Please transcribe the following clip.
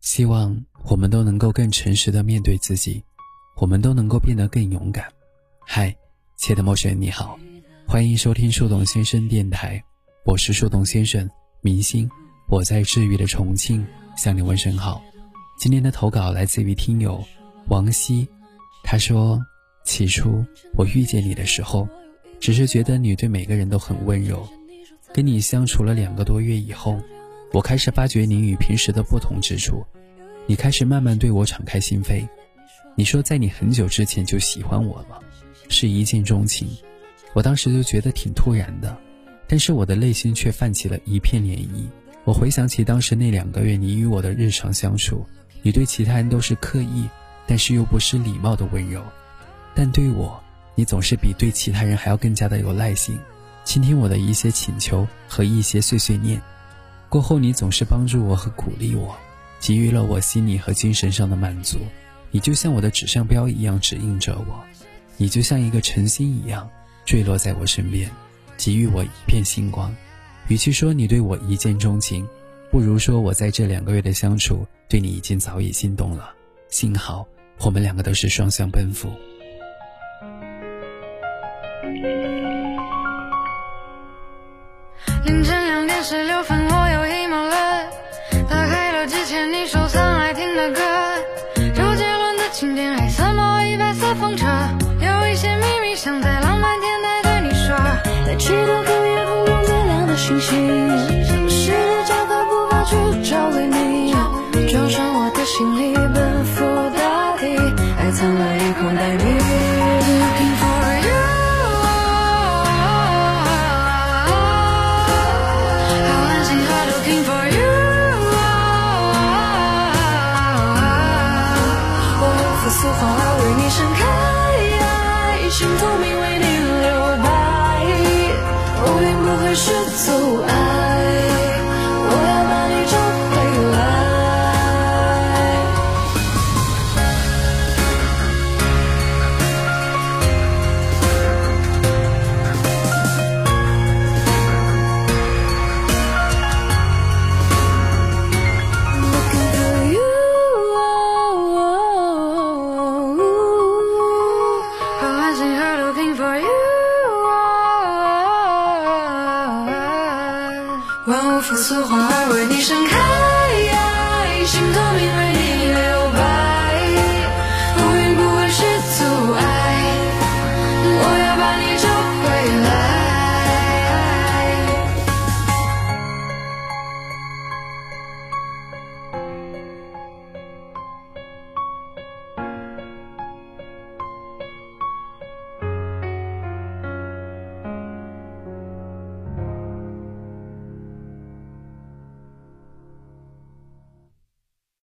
希望我们都能够更诚实地面对自己，我们都能够变得更勇敢。嗨，亲爱的陌生人你好，欢迎收听树洞先生电台，我是树洞先生明星，我在治愈的重庆向你问声好。今天的投稿来自于听友王希，他说，起初我遇见你的时候，只是觉得你对每个人都很温柔，跟你相处了2个多月以后，我开始发觉你与平时的不同之处，你开始慢慢对我敞开心扉。你说在你很久之前就喜欢我了，是一见钟情。我当时就觉得挺突然的，但是我的内心却泛起了一片涟漪。我回想起当时那2个月你与我的日常相处，你对其他人都是刻意但是又不失礼貌的温柔，但对我，你总是比对其他人还要更加的有耐心，倾听我的一些请求和一些碎碎念。过后你总是帮助我和鼓励我，给予了我心理和精神上的满足。你就像我的指向标一样指引着我，你就像一个晨星一样坠落在我身边，给予我一片星光。与其说你对我一见钟情，不如说我在这2个月的相处对你已经早已心动了。幸好我们2个都是双向奔赴。 凌晨2点16分，我又 emo 了，打开了之前你收藏爱听的歌，周杰伦的经典，黑色毛衣白色风车，有一些秘密想在浪漫天台对你说， 在祈祷隔夜空中最亮的星星，试着找个步伐去找回你，装上我的行李奔赴大地，爱藏了一口袋米。 Looking for you， 似花儿为你盛开，心透明为你留白，乌云不会是阻碍，我要把你找回来。 万物复苏，花儿为你盛开，心动